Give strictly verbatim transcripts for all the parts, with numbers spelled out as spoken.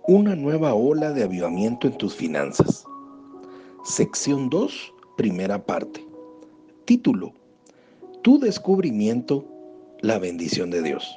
Una nueva ola de avivamiento en tus finanzas. Sección dos, primera parte. Título: Tu descubrimiento, la bendición de Dios.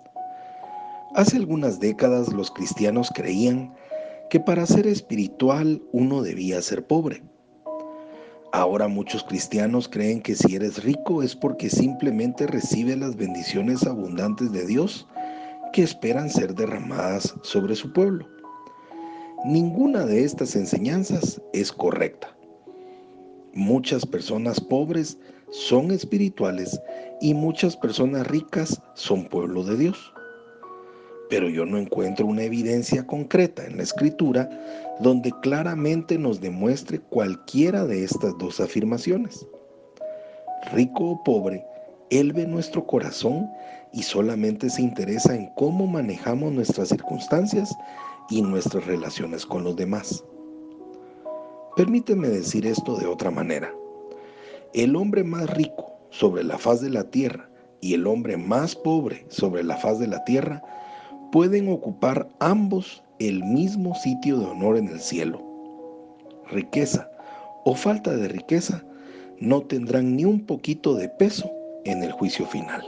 Hace algunas décadas los cristianos creían que para ser espiritual uno debía ser pobre. Ahora muchos cristianos creen que si eres rico es porque simplemente recibes las bendiciones abundantes de Dios que esperan ser derramadas sobre su pueblo. Ninguna de estas enseñanzas es correcta. Muchas personas pobres son espirituales y muchas personas ricas son pueblo de Dios. Pero yo no encuentro una evidencia concreta en la Escritura donde claramente nos demuestre cualquiera de estas dos afirmaciones. Rico o pobre, Él ve nuestro corazón y solamente se interesa en cómo manejamos nuestras circunstancias y nuestras relaciones con los demás. Permíteme decir esto de otra manera. El hombre más rico sobre la faz de la tierra y el hombre más pobre sobre la faz de la tierra pueden ocupar ambos el mismo sitio de honor en el cielo. Riqueza o falta de riqueza no tendrán ni un poquito de peso en el juicio final.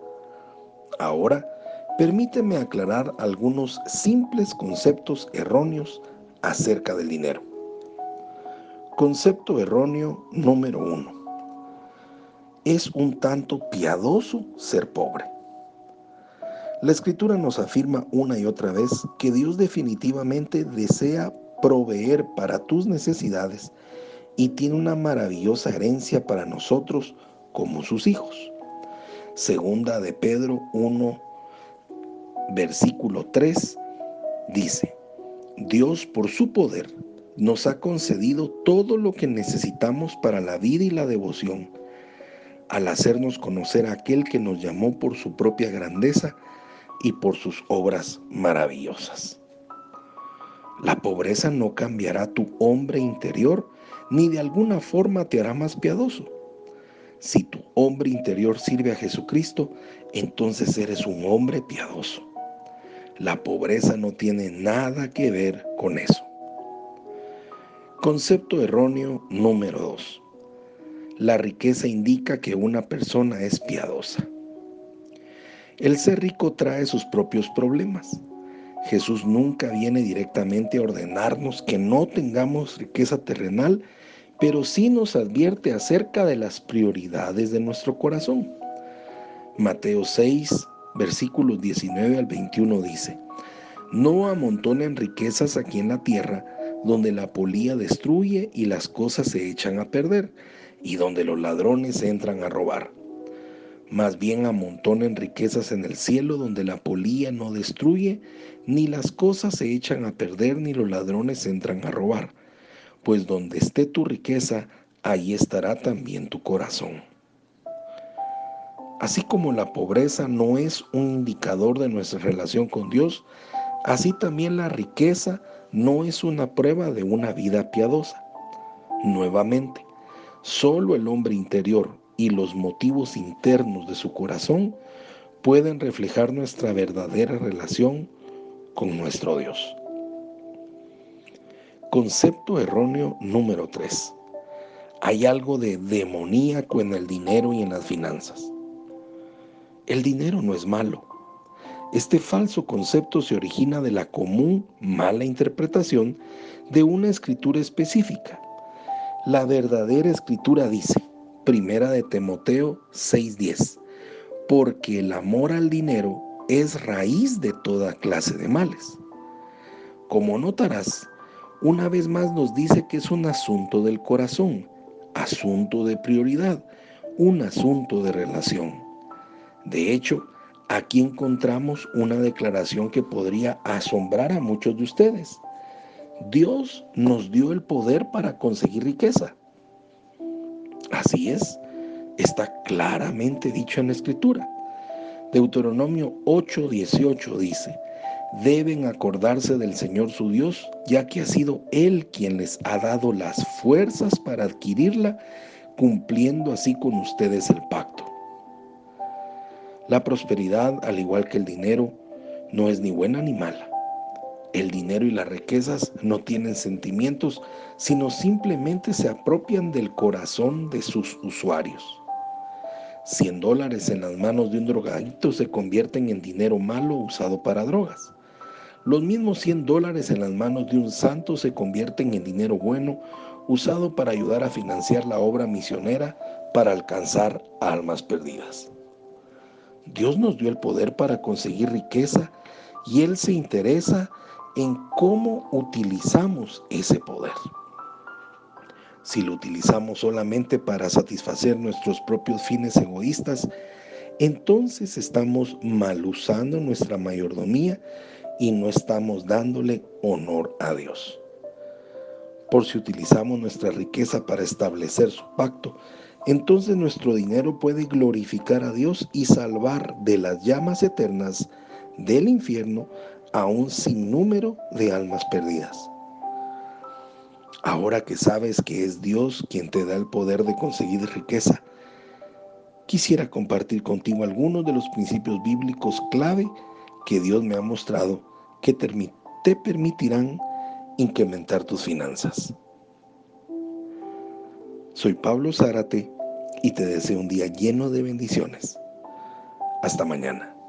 Ahora, permíteme aclarar algunos simples conceptos erróneos acerca del dinero. Concepto erróneo número uno. Es un tanto piadoso ser pobre. La Escritura nos afirma una y otra vez que Dios definitivamente desea proveer para tus necesidades y tiene una maravillosa herencia para nosotros como sus hijos. Segunda de Pedro uno, versículo tres, dice: Dios por su poder nos ha concedido todo lo que necesitamos para la vida y la devoción, al hacernos conocer a aquel que nos llamó por su propia grandeza y por sus obras maravillosas. La pobreza no cambiará tu hombre interior, ni de alguna forma te hará más piadoso. Si tu hombre interior sirve a Jesucristo, entonces eres un hombre piadoso. La pobreza no tiene nada que ver con eso. Concepto erróneo número dos. La riqueza indica que una persona es piadosa. El ser rico trae sus propios problemas. Jesús nunca viene directamente a ordenarnos que no tengamos riqueza terrenal, pero sí nos advierte acerca de las prioridades de nuestro corazón. Mateo seis, versículos diecinueve al veintiuno dice: No amontonen riquezas aquí en la tierra, donde la polilla destruye y las cosas se echan a perder, y donde los ladrones entran a robar. Más bien amontonen riquezas en el cielo, donde la polilla no destruye, ni las cosas se echan a perder, ni los ladrones entran a robar. Pues donde esté tu riqueza, ahí estará también tu corazón. Así como la pobreza no es un indicador de nuestra relación con Dios, así también la riqueza no es una prueba de una vida piadosa. Nuevamente, solo el hombre interior y los motivos internos de su corazón pueden reflejar nuestra verdadera relación con nuestro Dios. Concepto erróneo número tres. Hay algo de demoníaco en el dinero y en las finanzas. El dinero no es malo. Este falso concepto se origina de la común mala interpretación de una escritura específica. La verdadera escritura dice, Primera de Timoteo seis diez, porque el amor al dinero es raíz de toda clase de males. Como notarás, una vez más nos dice que es un asunto del corazón, asunto de prioridad, un asunto de relación. De hecho, aquí encontramos una declaración que podría asombrar a muchos de ustedes. Dios nos dio el poder para conseguir riqueza. Así es, está claramente dicho en la Escritura. Deuteronomio ocho dieciocho dice: deben acordarse del Señor su Dios, ya que ha sido Él quien les ha dado las fuerzas para adquirirla, cumpliendo así con ustedes el pacto. La prosperidad, al igual que el dinero, no es ni buena ni mala. El dinero y las riquezas no tienen sentimientos, sino simplemente se apropian del corazón de sus usuarios. Cien dólares en las manos de un drogadicto se convierten en dinero malo usado para drogas. Los mismos cien dólares en las manos de un santo se convierten en dinero bueno usado para ayudar a financiar la obra misionera para alcanzar almas perdidas. Dios nos dio el poder para conseguir riqueza y Él se interesa en cómo utilizamos ese poder. Si lo utilizamos solamente para satisfacer nuestros propios fines egoístas, entonces estamos mal usando nuestra mayordomía y no estamos dándole honor a Dios. Por si utilizamos nuestra riqueza para establecer su pacto, entonces nuestro dinero puede glorificar a Dios y salvar de las llamas eternas del infierno a un sinnúmero de almas perdidas. Ahora que sabes que es Dios quien te da el poder de conseguir riqueza, quisiera compartir contigo algunos de los principios bíblicos clave que Dios me ha mostrado que te permitirán incrementar tus finanzas. Soy Pablo Zárate y te deseo un día lleno de bendiciones. Hasta mañana.